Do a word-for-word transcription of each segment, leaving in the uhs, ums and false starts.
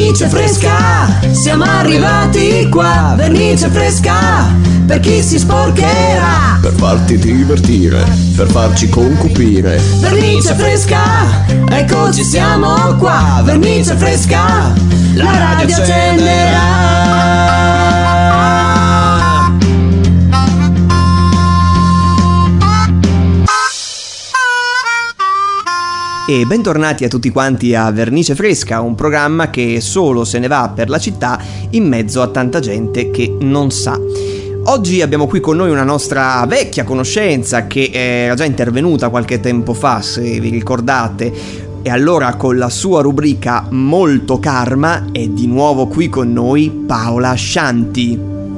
Vernice fresca, siamo arrivati qua. Vernice fresca, per chi si sporcherà, per farti divertire, per farci concupire. Vernice fresca, eccoci siamo qua. Vernice fresca, la radio accenderà. E bentornati a tutti quanti a Vernice Fresca, un programma che solo se ne va per la città in mezzo a tanta gente che non sa. Oggi abbiamo qui con noi una nostra vecchia conoscenza che era già intervenuta qualche tempo fa, se vi ricordate, e allora con la sua rubrica Molto Karma è di nuovo qui con noi Paola Scianti.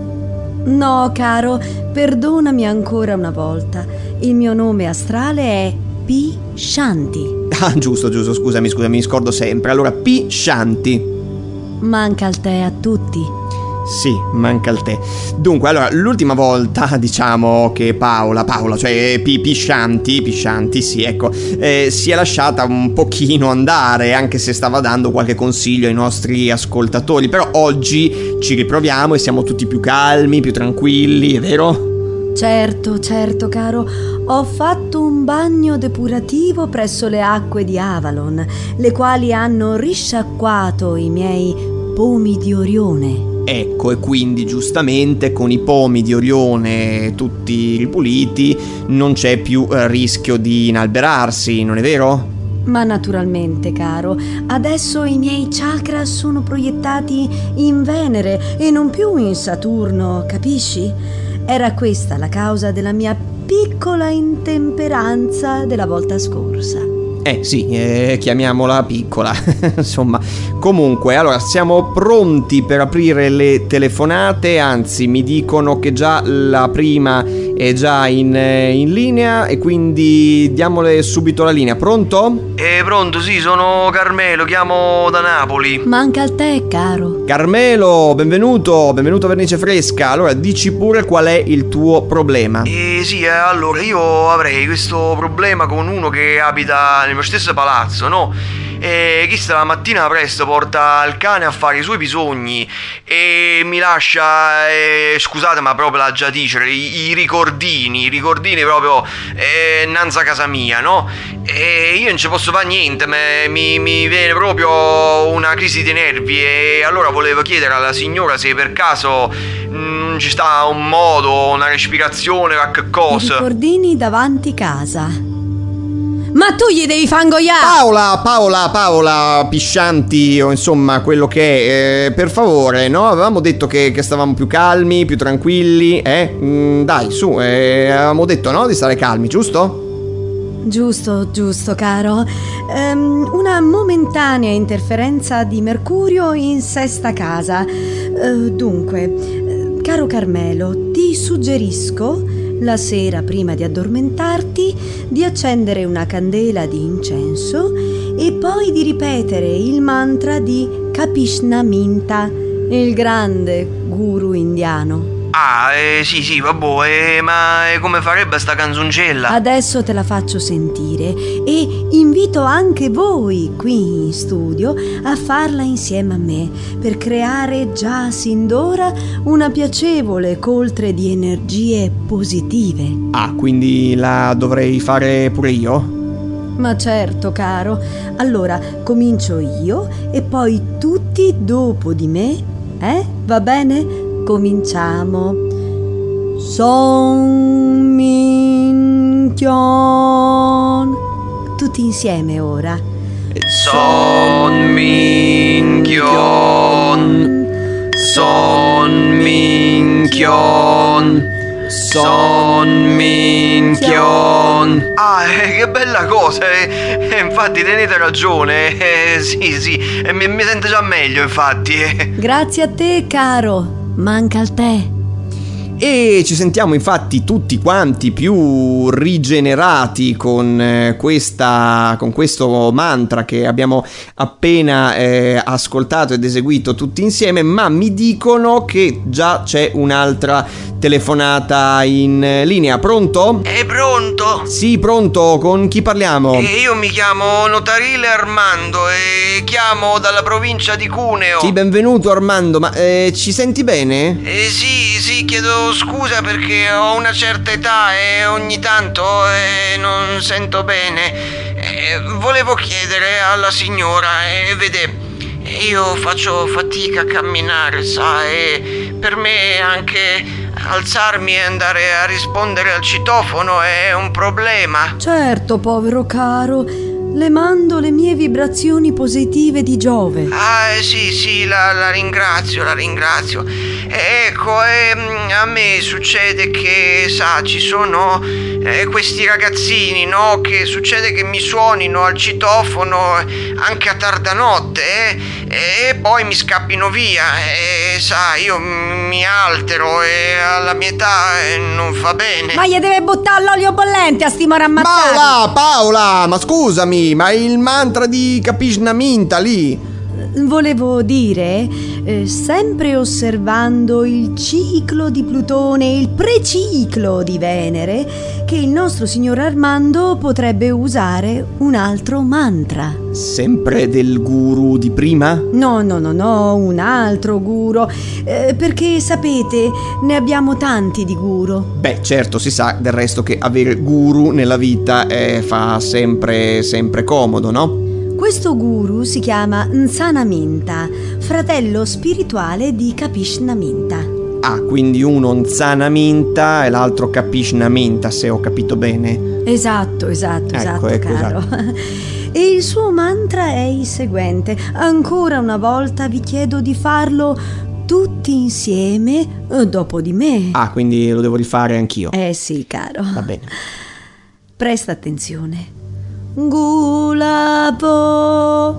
No, caro, perdonami ancora una volta. Il mio nome astrale è P. Scianti. Ah, giusto, giusto, scusami, scusami, mi scordo sempre. Allora, P. Scianti. Manca il tè a tutti. Sì, manca il tè. Dunque, allora, l'ultima volta, diciamo che Paola, Paola, cioè P. P. Scianti, P. Scianti, sì, ecco, eh, si è lasciata un pochino andare, anche se stava dando qualche consiglio ai nostri ascoltatori. Però oggi ci riproviamo e siamo tutti più calmi, più tranquilli, è vero? Certo, certo, caro. Ho fatto un bagno depurativo presso le acque di Avalon, le quali hanno risciacquato i miei pomi di Orione. Ecco, e quindi giustamente con i pomi di Orione tutti ripuliti non c'è più eh, rischio di inalberarsi, non è vero? Ma naturalmente, caro, adesso i miei chakra sono proiettati in Venere e non più in Saturno, capisci? Era questa la causa della mia piccola intemperanza della volta scorsa. Eh sì, eh, chiamiamola piccola. Insomma, comunque, allora siamo pronti per aprire le telefonate. Anzi, mi dicono che già la prima è già in, in linea e quindi diamole subito la linea. Pronto? Eh, pronto, sì, sono Carmelo, chiamo da Napoli. Manca il tè, caro. Carmelo, benvenuto, benvenuto a Vernice Fresca. Allora, dici pure qual è il tuo problema. Eh sì, eh, allora, io avrei questo problema con uno che abita nel mio stesso palazzo, no? E chi sta la mattina presto porta il cane a fare i suoi bisogni e mi lascia, eh, scusate ma proprio la già dicere, i, i ricordini, i ricordini proprio eh, innanzi a casa mia, no? E io non ci posso fare niente, me, mi, mi viene proprio una crisi di nervi e allora volevo chiedere alla signora se per caso mh, ci sta un modo, una respirazione, qualche cosa. I ricordini davanti casa. Ma tu gli devi fangoiare! Paola, Paola, Paola, Piscianti o insomma quello che è, eh, per favore, no? Avevamo detto che, che stavamo più calmi, più tranquilli, eh? Mm, dai, su, eh, avevamo detto, no? Di stare calmi, giusto? Giusto, giusto, caro. Um, una momentanea interferenza di Mercurio in sesta casa. Uh, dunque, caro Carmelo, ti suggerisco la sera prima di addormentarti di accendere una candela di incenso e poi di ripetere il mantra di Kapishnaminta, il grande guru indiano. Ah, eh, sì, sì, vabbè, eh, ma eh, come farebbe sta canzoncella? Adesso te la faccio sentire e invito anche voi qui in studio a farla insieme a me per creare già sin d'ora una piacevole coltre di energie positive. Ah, quindi la dovrei fare pure io? Ma certo, caro. Allora, comincio io e poi tutti dopo di me, eh? Va bene? Cominciamo. Son Min Kyon. Tutti insieme ora. Son Min Kyon. Son Min Kyon. Son Min Kyon. Ah, eh, che bella cosa, eh, eh, infatti tenete ragione, eh, sì sì, eh, mi, mi sento già meglio infatti. Eh. Grazie a te, caro. Manca il tè. E ci sentiamo infatti tutti quanti più rigenerati con, eh, questa, con questo mantra che abbiamo appena eh, ascoltato ed eseguito tutti insieme, ma mi dicono che già c'è un'altra telefonata in linea. Pronto? È pronto? Sì, pronto. Con chi parliamo? Eh, io mi chiamo Notarile Armando e chiamo dalla provincia di Cuneo. Sì, benvenuto Armando, ma eh, ci senti bene? Eh, sì, sì, chiedo scusa perché ho una certa età e ogni tanto eh, non sento bene. Eh, volevo chiedere alla signora, eh, vede, io faccio fatica a camminare, sa, e per me anche alzarmi e andare a rispondere al citofono è un problema. Certo, povero caro. Le mando le mie vibrazioni positive di Giove. Ah, eh, sì, sì, la, la ringrazio, la ringrazio. Eh, ecco, eh, a me succede che, sa, ci sono eh, questi ragazzini, no? Che succede che mi suonino al citofono anche a tarda notte, eh, e poi mi scappino via. E, sa, io mi altero e alla mia età eh, non fa bene. Ma gli deve buttare l'olio bollente a sti morammazzati. Paola, Paola, ma scusami, ma il mantra di Capisnaminta lì? Volevo dire, eh, sempre osservando il ciclo di Plutone e il preciclo di Venere, che il nostro signor Armando potrebbe usare un altro mantra. Sempre del guru di prima? No, no, no, no, un altro guru, eh, perché sapete, ne abbiamo tanti di guru. Beh, certo, si sa del resto che avere guru nella vita eh, fa sempre, sempre comodo, no? Questo guru si chiama Nzanaminta, fratello spirituale di Capisnaminta. Ah, quindi uno Nzanaminta e l'altro Capisnaminta, se ho capito bene. Esatto, esatto, Ecco, esatto, ecco, caro. esatto. E il suo mantra è il seguente. Ancora una volta vi chiedo di farlo tutti insieme eh, dopo di me. Ah, quindi lo devo rifare anch'io. Eh sì, caro. Va bene. Presta attenzione. Gulavo,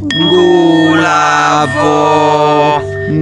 Gulavo,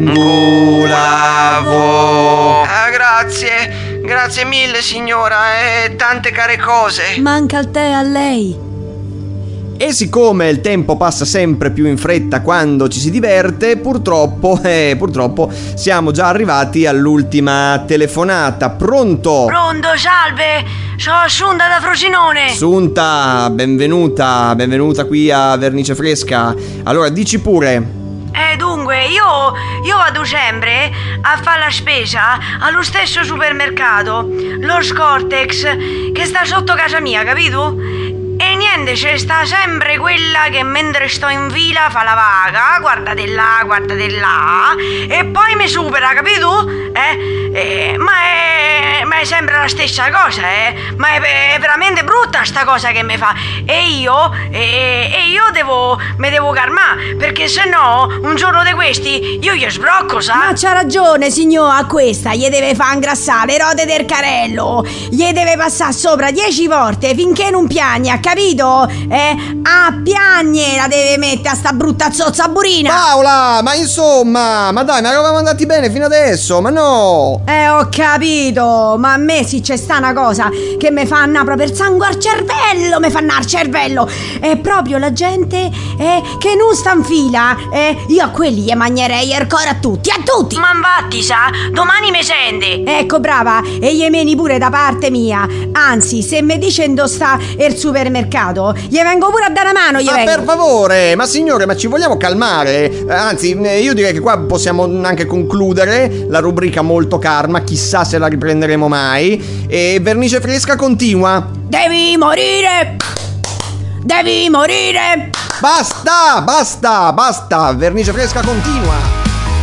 Gulavo. Ah, grazie, grazie mille signora, e tante care cose. manca il tè a lei. E siccome il tempo passa sempre più in fretta quando ci si diverte, purtroppo, eh, purtroppo siamo già arrivati all'ultima telefonata. Pronto? Pronto, salve, sono Assunta da Frosinone. Assunta, benvenuta, benvenuta qui a Vernice Fresca. Allora, dici pure. Eh, dunque, io, io vado sempre a fare la spesa allo stesso supermercato, lo Scortex, che sta sotto casa mia, capito? E niente, c'è sta sempre quella che mentre sto in fila fa la vaga, guarda di là, guarda di là, e poi mi supera, capito? Eh? Eh, ma, è, ma è sempre la stessa cosa, eh? Ma è, è veramente brutta sta cosa che mi fa. E io, e, e io devo, mi devo calmare, perché se no, un giorno di questi, io gli sbrocco, sa? Ma c'ha ragione, signor, a questa gli deve far ingrassare le rote del carello, gli deve passare sopra dieci volte finché non piagna, capito? Eh? A piagne la deve mettere a sta brutta zozza burina. Paola, ma insomma, ma dai, ma eravamo andati bene fino adesso, ma no! Eh, ho capito, ma a me sì c'è sta una cosa che mi fa andare proprio il sangue al cervello, mi fa andare al cervello. È proprio la gente eh, che non sta in fila, eh, io a quelli gli mangerei il cuore a tutti, a tutti. Ma infatti, sa, domani mi sente. Ecco, brava, e gli meni pure da parte mia. Anzi, se mi dice dove sta il supermercato, gli vengo pure a dare una mano, gli Ma vengo. per favore, ma signore, ma ci vogliamo calmare? Anzi, io direi che qua possiamo anche concludere la rubrica Molto Karma, chissà se la riprenderemo mai. E Vernice Fresca continua. Devi morire! Devi morire! Basta, basta, basta, Vernice Fresca continua.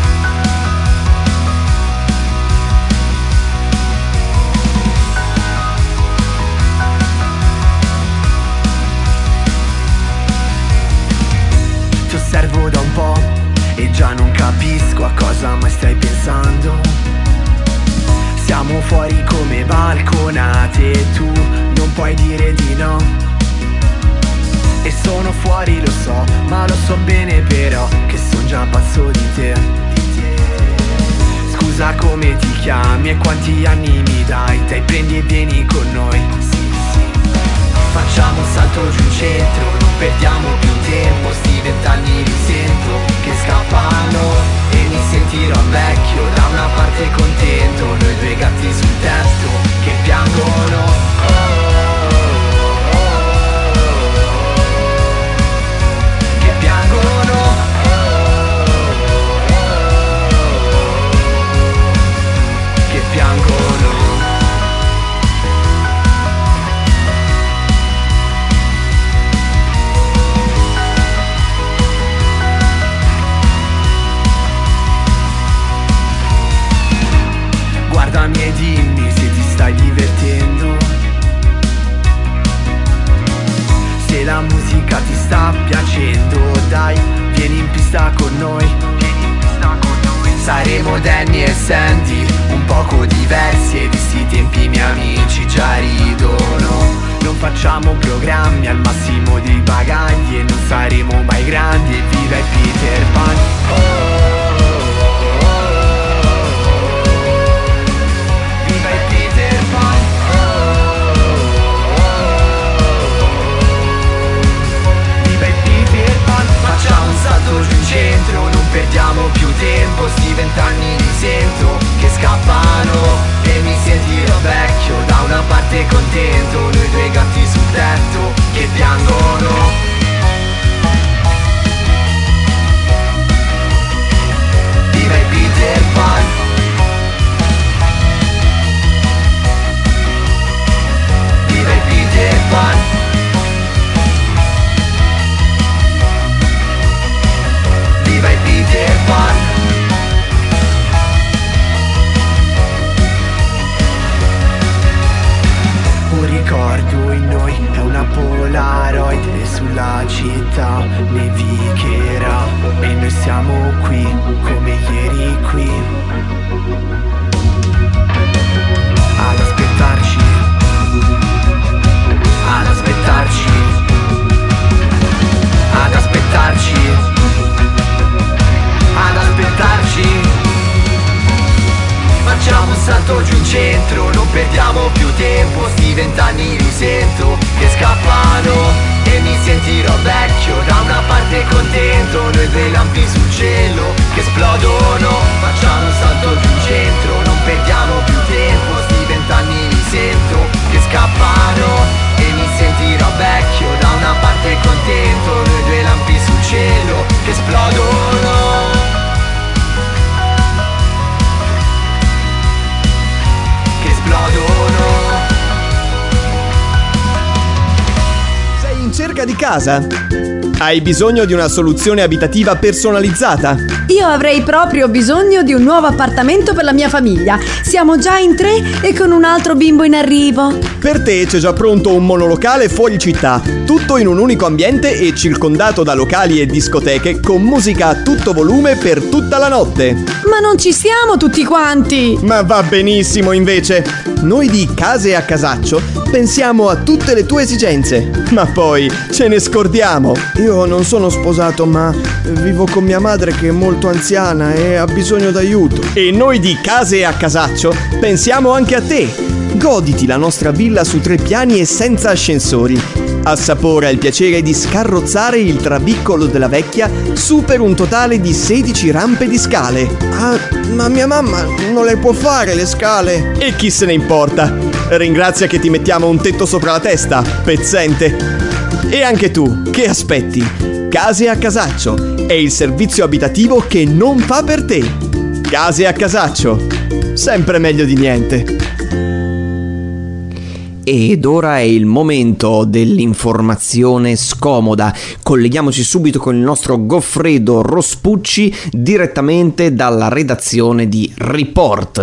Ti osservo da un po' e già non capisco a cosa mai stai pensando. Siamo fuori come balconate e tu non puoi dire di no. E sono fuori, lo so, ma lo so bene però che son già pazzo di te. Scusa, come ti chiami? chiami e quanti anni mi dai? Dai, prendi e vieni con noi. Sì, sì. Facciamo un salto giù in centro, non perdiamo più tempo. Sti vent'anni li sento che scappano e mi sentirò vecchio da una parte contento. Noi due gatti sul tetto che piangono. Guardami e dimmi se ti stai divertendo, se la musica ti sta piacendo. Dai, vieni in pista con noi, vieni in pista con noi. Saremo Danny e Sandy, un poco diversi e visti i tempi i miei amici già ridono. Non facciamo programmi al massimo dei bagagli e non saremo mai grandi. E viva il Peter Pan. Oh. Giù in centro, non perdiamo più tempo. Sti vent'anni li sento che scappano e mi sentirò vecchio da una parte contento. Noi due gatti sul tetto che piangono. Viva il Peter Pan. Viva il Peter Pan. Viva il Peter Pan. Un ricordo in noi è una Polaroid e sulla città nevicherà e noi siamo qui come ieri qui ad aspettarci, ad aspettarci, ad aspettarci, ad aspettarci. Facciamo un salto giù in centro, non perdiamo più tempo. Sti vent'anni li sento che scappano e mi sentirò vecchio da una parte contento. Noi due lampi sul cielo che esplodono. Facciamo un salto giù in centro, non perdiamo più tempo. Sti vent'anni li sento che scappano e mi sentirò vecchio da una parte contento. Noi due lampi sul cielo che esplodono. Sei in cerca di casa? Hai bisogno di una soluzione abitativa personalizzata? Io avrei proprio bisogno di un nuovo appartamento per la mia famiglia. Siamo già in tre e con un altro bimbo in arrivo. Per te c'è già pronto un monolocale fuori città, tutto in un unico ambiente e circondato da locali e discoteche con musica a tutto volume per tutta la notte. Ma non ci siamo tutti quanti! Ma va benissimo invece! Noi di Case a Casaccio pensiamo a tutte le tue esigenze, ma poi ce ne scordiamo. Io non sono sposato, ma vivo con mia madre che è molto anziana e ha bisogno d'aiuto. E noi di Case a Casaccio pensiamo anche a te. Goditi la nostra villa su tre piani e senza ascensori. Assapora il piacere di scarrozzare il trabiccolo della vecchia su per un totale di sedici rampe di scale. Ah, ma mia mamma non le può fare le scale. E chi se ne importa? Ringrazia che ti mettiamo un tetto sopra la testa, pezzente. E anche tu, che aspetti? Case a Casaccio è il servizio abitativo che non fa per te. Case a Casaccio, sempre meglio di niente. Ed ora è il momento dell'informazione scomoda. Colleghiamoci subito con il nostro Goffredo Rospucci direttamente dalla redazione di Report.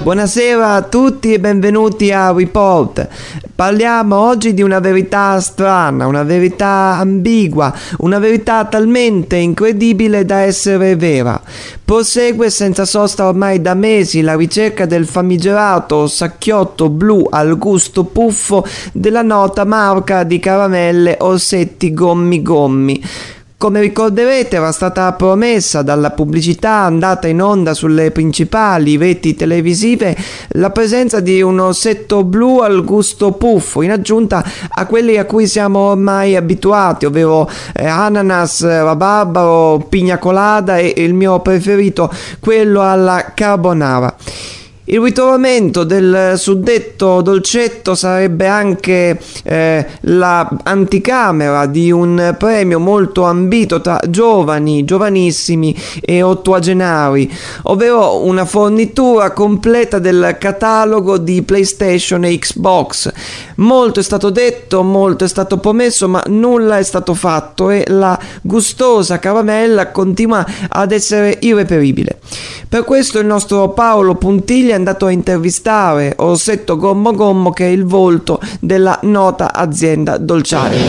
Buonasera a tutti e benvenuti a Report. Parliamo oggi di una verità strana, una verità ambigua, una verità talmente incredibile da essere vera. Prosegue senza sosta ormai da mesi la ricerca del famigerato sacchiotto blu al gusto puffo della nota marca di caramelle Orsetti Gommi Gommi. Come ricorderete, era stata promessa dalla pubblicità andata in onda sulle principali reti televisive la presenza di un orsetto blu al gusto puffo, in aggiunta a quelli a cui siamo ormai abituati, ovvero eh, ananas, rabarbaro, pigna colada e il mio preferito, quello alla carbonara. Il ritrovamento del suddetto dolcetto sarebbe anche eh, la anticamera di un premio molto ambito tra giovani, giovanissimi e ottuagenari, ovvero una fornitura completa del catalogo di PlayStation e Xbox. Molto è stato detto, molto è stato promesso, ma nulla è stato fatto e la gustosa caramella continua ad essere irreperibile. Per questo il nostro Paolo Puntiglia è andato a intervistare Orsetto Gommo Gommo, che è il volto della nota azienda dolciaria.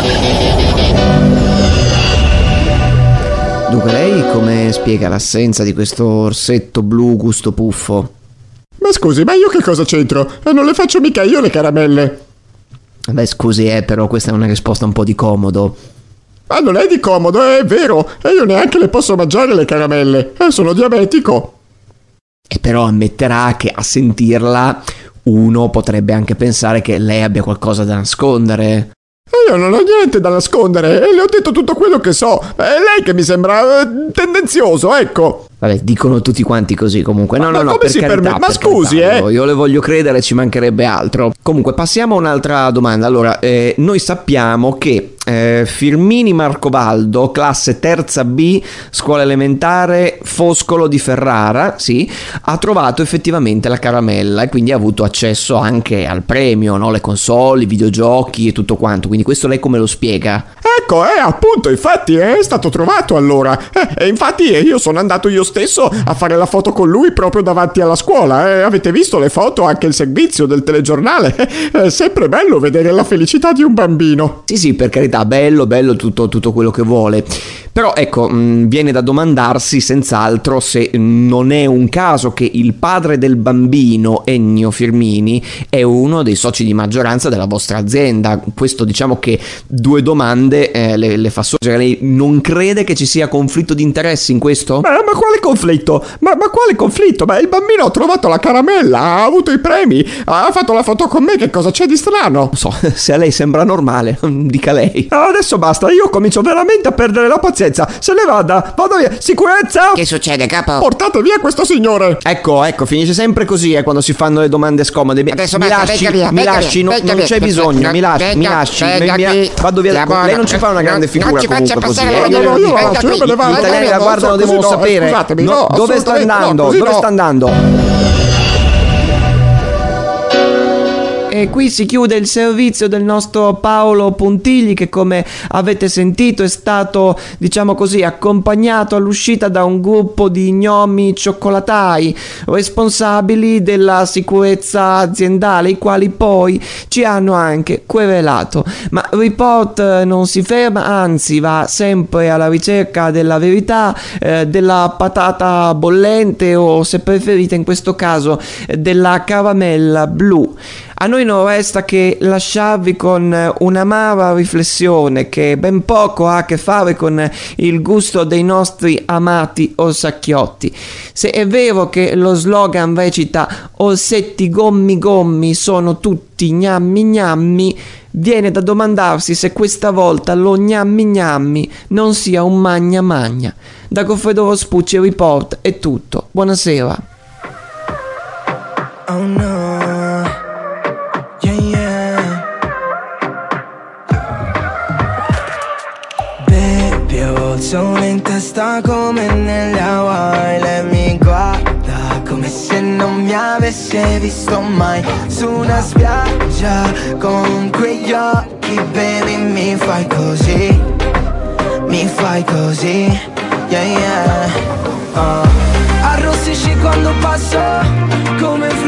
Dunque, lei come spiega l'assenza di questo orsetto blu gusto puffo? Ma scusi, ma io che cosa c'entro? Non le faccio mica io le caramelle. Beh, scusi, eh, però questa è una risposta un po' di comodo. Ma non è di comodo, è vero. E io neanche le posso mangiare le caramelle. Eh, sono diabetico. E però ammetterà che a sentirla uno potrebbe anche pensare che lei abbia qualcosa da nascondere. Io non ho niente da nascondere e le ho detto tutto quello che so. È lei che mi sembra eh, tendenzioso, ecco. Vabbè, dicono tutti quanti così comunque. No, ma, no, ma no, come per si carità, permette? Ma per scusi, carità, eh. Io le voglio credere, ci mancherebbe altro. Comunque, passiamo a un'altra domanda. Allora, eh, noi sappiamo che eh, Firmini Marcobaldo, classe terza B, scuola elementare Foscolo di Ferrara, sì, ha trovato effettivamente la caramella e quindi ha avuto accesso anche al premio, no? Le console, i videogiochi e tutto quanto. Quindi questo lei come lo spiega? Ecco, eh, appunto, infatti è stato trovato allora. Eh, e infatti eh, io sono andato io stesso a fare la foto con lui proprio davanti alla scuola. Eh, avete visto le foto, anche il servizio del telegiornale? È sempre bello vedere la felicità di un bambino. Sì, sì, per carità, bello, bello tutto, tutto quello che vuole. Però ecco, mh, viene da domandarsi senz'altro se non è un caso che il padre del bambino, Ennio Firmini, è uno dei soci di maggioranza della vostra azienda. Questo, diciamo che due domande eh, le, le fa sorgere. Lei non crede che ci sia conflitto di interessi in questo? Ma, ma quale conflitto? Ma, ma quale conflitto? Ma il bambino ha trovato la caramella, ha avuto i premi, ha fatto la foto con me, che cosa c'è di strano? Non so, se a lei sembra normale, dica lei. Adesso basta, io comincio veramente a perdere la pazienza. Se ne vada, vado via. Sicurezza! Che succede, capo? Portate via questo signore. Ecco, ecco, finisce sempre così, eh, quando si fanno le domande scomode. Adesso mi basta, lasci, venga via, mi venga lasci, via, non, venga non via, c'è bisogno, mi lasci, venga, mi lasci, venga mi- mi- qui. vado via. Andiamo, Lei non ci fa una no, grande non figura ci faccia comunque così. passare eh, la glielo domanda, dico. venga lascio, io me ne Gli vado. italiani la No, guardano, so, devono così no, sapere. scusatemi, No, no, dove sta assolutamente no, andando? così Dove no. sta andando? E qui si chiude il servizio del nostro Paolo Puntigli, che come avete sentito è stato, diciamo così, accompagnato all'uscita da un gruppo di gnomi cioccolatai responsabili della sicurezza aziendale, i quali poi ci hanno anche querelato. Ma Report non si ferma, anzi va sempre alla ricerca della verità, eh, della patata bollente o, se preferite in questo caso, eh, della caramella blu. A noi non resta che lasciarvi con un'amara riflessione che ben poco ha a che fare con il gusto dei nostri amati orsacchiotti. Se è vero che lo slogan recita "Orsetti Gommi Gommi sono tutti gnammi gnammi", viene da domandarsi se questa volta lo gnammi gnammi non sia un magna magna. Da Goffredo Rospucci Report è tutto. Buonasera. Oh no. Yeah, yeah. Baby, ho il sole in testa come nelle Hawaii. Lei mi guarda come se non mi avesse visto mai. Su una spiaggia con quegli occhi, baby, mi fai così, mi fai così, yeah, yeah. uh. Arrossisci quando passo come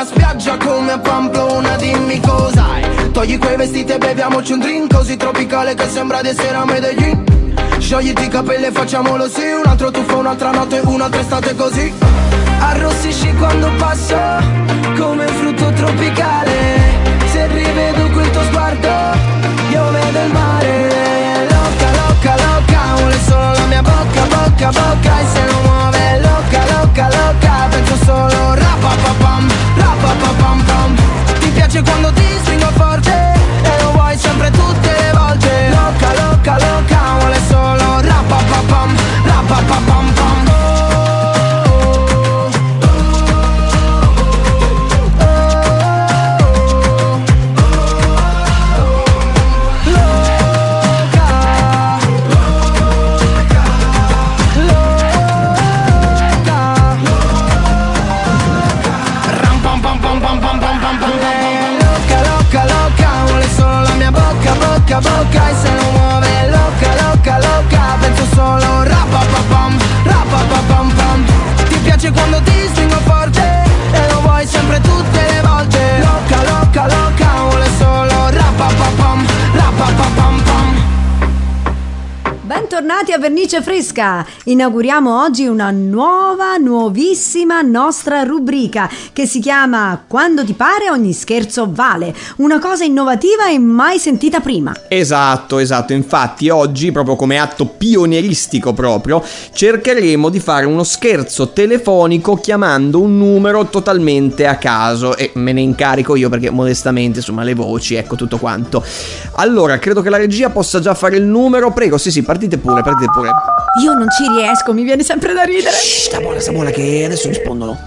sulla spiaggia come a Pamplona, dimmi cos'hai. Togli quei vestiti e beviamoci un drink così tropicale che sembra di essere a Medellin. Sciogliti i capelli e facciamolo sì, un altro tuffo, un'altra notte, un'altra estate così. Arrossisci quando passo come un frutto tropicale. Se rivedo quel tuo sguardo io vedo il mare. Loca, loca, loca, vuole solo la mia bocca, bocca, bocca. E se non muove loca, loca, loca, penso solo rapapapam, rapapapam pam. Ti piace quando ti stringo forte e lo vuoi sempre tutte le volte. Loca, loca, loca, vuole solo rapapapam, rapapapam pam. Bocca, bocca, e se non muove loca, loca, loca, penso solo rapapapam, rapapapam pam. Ti piace quando ti stringo forte e lo vuoi sempre tutte le volte. Loca, loca, loca, vuole solo rapapapam, rapapapam pam. Bentornati a Vernice Fresca! Inauguriamo oggi una nuova, nuovissima nostra rubrica che si chiama Quando ti pare ogni scherzo vale. Una cosa innovativa e mai sentita prima. Esatto, esatto. Infatti oggi, proprio come atto pionieristico proprio, cercheremo di fare uno scherzo telefonico chiamando un numero totalmente a caso. E me ne incarico io perché modestamente, insomma, le voci, ecco tutto quanto. Allora, credo che la regia possa già fare il numero. Prego, sì sì, partite pure, partite pure. Io non ci riesco, mi viene sempre da ridere. Shh, sta buona, sta buona che adesso rispondono.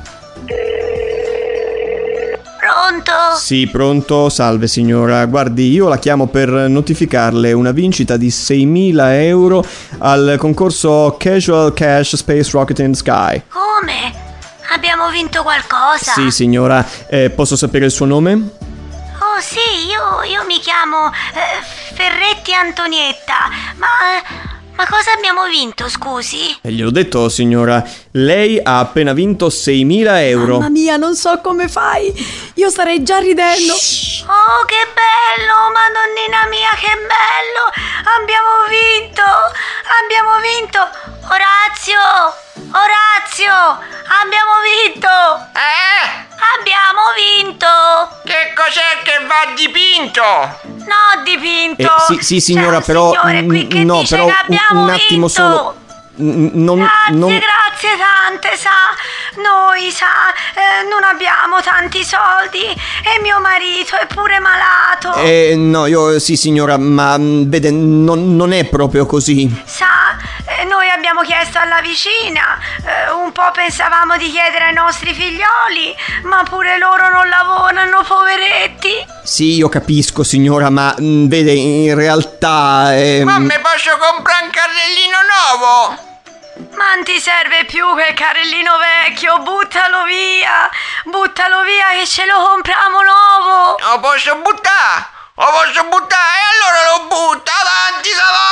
Pronto? Sì, pronto, salve signora. Guardi, io la chiamo per notificarle una vincita di seimila euro al concorso Casual Cash Space Rocket in the Sky. Come? Abbiamo vinto qualcosa? Sì signora, eh, posso sapere il suo nome? Oh sì, io, io mi chiamo eh, Ferretti Antonietta, ma... Ma cosa abbiamo vinto, scusi? E gliel'ho detto, signora, lei ha appena vinto seimila euro. Mamma mia, non so come fai. Io starei già ridendo. Oh, che bello, madonnina mia, che bello. Abbiamo vinto, abbiamo vinto. Orazio, Orazio, abbiamo vinto. Eh? Abbiamo vinto. Che cos'è che va dipinto? No, dipinto. Eh, sì, sì signora, C'è però un signore qui che no, dice però che abbiamo un attimo vinto. solo. Non, Grazie, non... grazie tante, sa. Noi, sa, eh, non abbiamo tanti soldi e mio marito è pure malato. Eh, no, io sì signora, ma vede, non, non è proprio così. Sa, eh, noi abbiamo chiesto alla vicina, eh, un po' pensavamo di chiedere ai nostri figlioli, ma pure loro non lavorano, poveretti. Sì, io capisco signora, ma mh, vede, in realtà... Ehm... Ma me posso comprare un carrellino nuovo? Ma non ti serve più quel carrellino vecchio, buttalo via, buttalo via che ce lo compriamo nuovo. Lo posso buttare? Lo posso buttare? E allora lo butto, avanti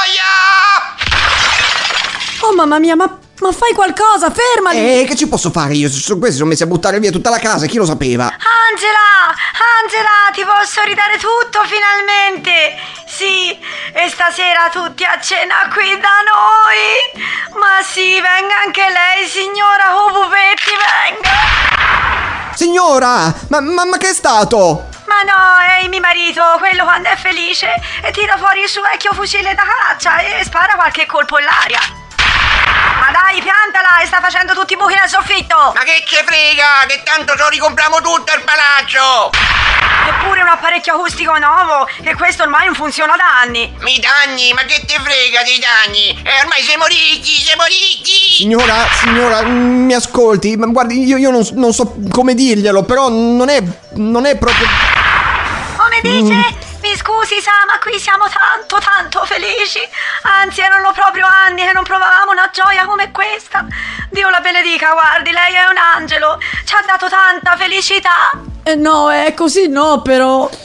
Savoia! Oh mamma mia, ma, ma fai qualcosa, fermati. Eh, che ci posso fare io? Sono questi sono messi a buttare via tutta la casa, chi lo sapeva? Angela, Angela, ti posso ridare tutto finalmente. Sì, e stasera tutti a cena qui da noi. Ma sì, venga anche lei, signora, oh pupetti, venga. Signora, ma, ma, ma che è stato? Ma no, è mio marito, quello quando è felice e tira fuori il suo vecchio fucile da caccia e spara qualche colpo in l'aria. Ma dai, piantala, e sta facendo tutti i buchi nel soffitto. Ma che ce frega, che tanto ci ricompriamo tutto il palazzo. Eppure un apparecchio acustico nuovo e questo ormai non funziona da anni. Mi danni, ma che te frega dei danni? E ormai siamo ricchi, siamo ricchi. Signora, signora, mi ascolti, ma guardi, io, io non, non so come dirglielo, però non è, non è proprio... Come dice? Mm. Mi scusi, sa, ma qui siamo tanto, tanto felici. Anzi, erano proprio anni che non provavamo una gioia come questa. Dio la benedica, guardi, lei è un angelo. Ci ha dato tanta felicità. Eh no, è così no, però...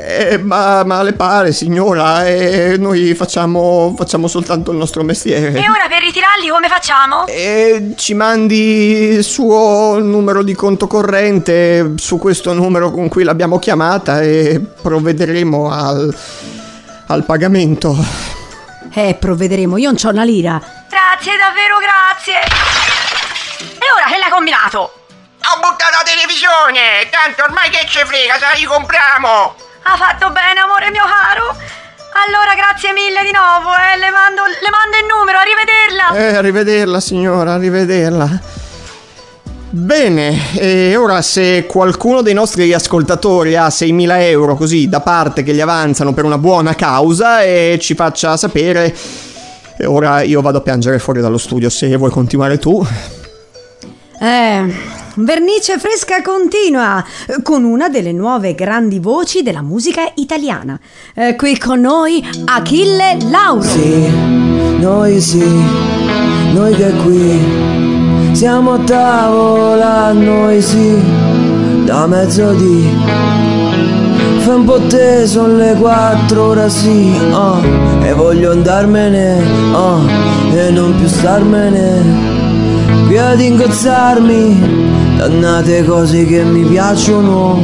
Eh, ma, ma le pare, signora, eh, noi facciamo, facciamo soltanto il nostro mestiere. E ora per ritirarli come facciamo? Eh, ci mandi il suo numero di conto corrente su questo numero con cui l'abbiamo chiamata e provvederemo al, al pagamento. Eh, provvederemo, io non c'ho una lira. Grazie, davvero grazie. E ora che l'ha combinato? Ho buttato la televisione, tanto ormai che ce frega, se la ricompriamo. Ha fatto bene, amore mio caro. Allora grazie mille di nuovo, eh, le mando, le mando il numero, arrivederla. Eh, arrivederla signora, arrivederla. Bene, e ora se qualcuno dei nostri ascoltatori ha seimila euro così da parte che gli avanzano per una buona causa, e ci faccia sapere. E ora io vado a piangere fuori dallo studio, se vuoi continuare tu. Eh... Vernice Fresca continua con una delle nuove grandi voci della musica italiana. Eh, qui con noi Achille Lauro. Sì, noi sì, noi che qui siamo a tavola, noi sì, da mezzodì. Fa un po' te, sono le quattro, ora sì, oh, e voglio andarmene, oh, e non più starmene qui ad ingozzarmi. Dannate cose che mi piacciono.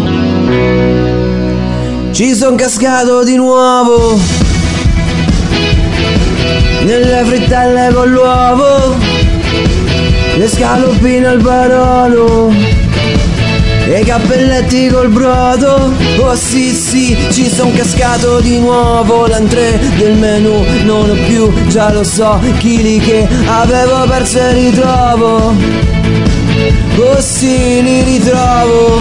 Ci son cascato di nuovo nelle frittelle con l'uovo, le scaloppine al barolo e i cappelletti col brodo. Oh sì sì, ci son cascato di nuovo. L'entrée del menù non ho più, già lo so, chili che avevo perso e ritrovo. Oh sì, li ritrovo.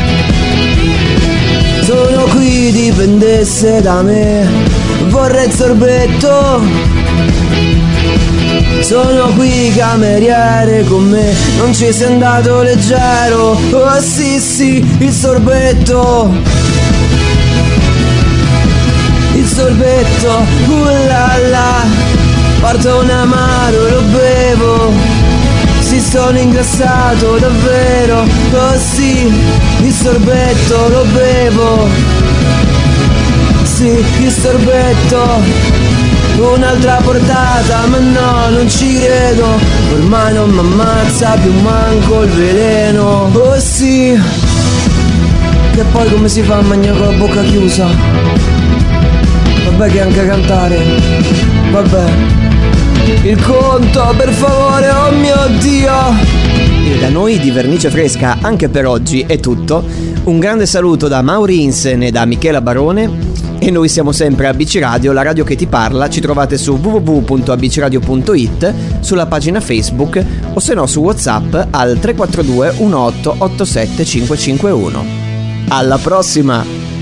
Sono qui, dipendesse da me, vorrei il sorbetto. Sono qui, cameriere, con me non ci sei andato leggero. Oh sì sì, il sorbetto. Il sorbetto, uh la la. Porto un amaro e lo bevo. Si sono ingrassato davvero, oh sì, il sorbetto lo bevo. Sì, il sorbetto, un'altra portata, ma no, non ci credo. Ormai non mi ammazza più manco il veleno, oh sì. Che poi come si fa a mangiare con la bocca chiusa? Vabbè che anche cantare, vabbè. Il conto, per favore, oh mio Dio! E da noi di Vernice Fresca anche per oggi è tutto. Un grande saluto da Mauri Insen e da Michela Barone. E noi siamo sempre a A B C Radio, la radio che ti parla. Ci trovate su w w w punto a b c radio punto i t, sulla pagina Facebook o se no su WhatsApp al tre quattro due uno otto otto sette cinque cinque uno. Alla prossima!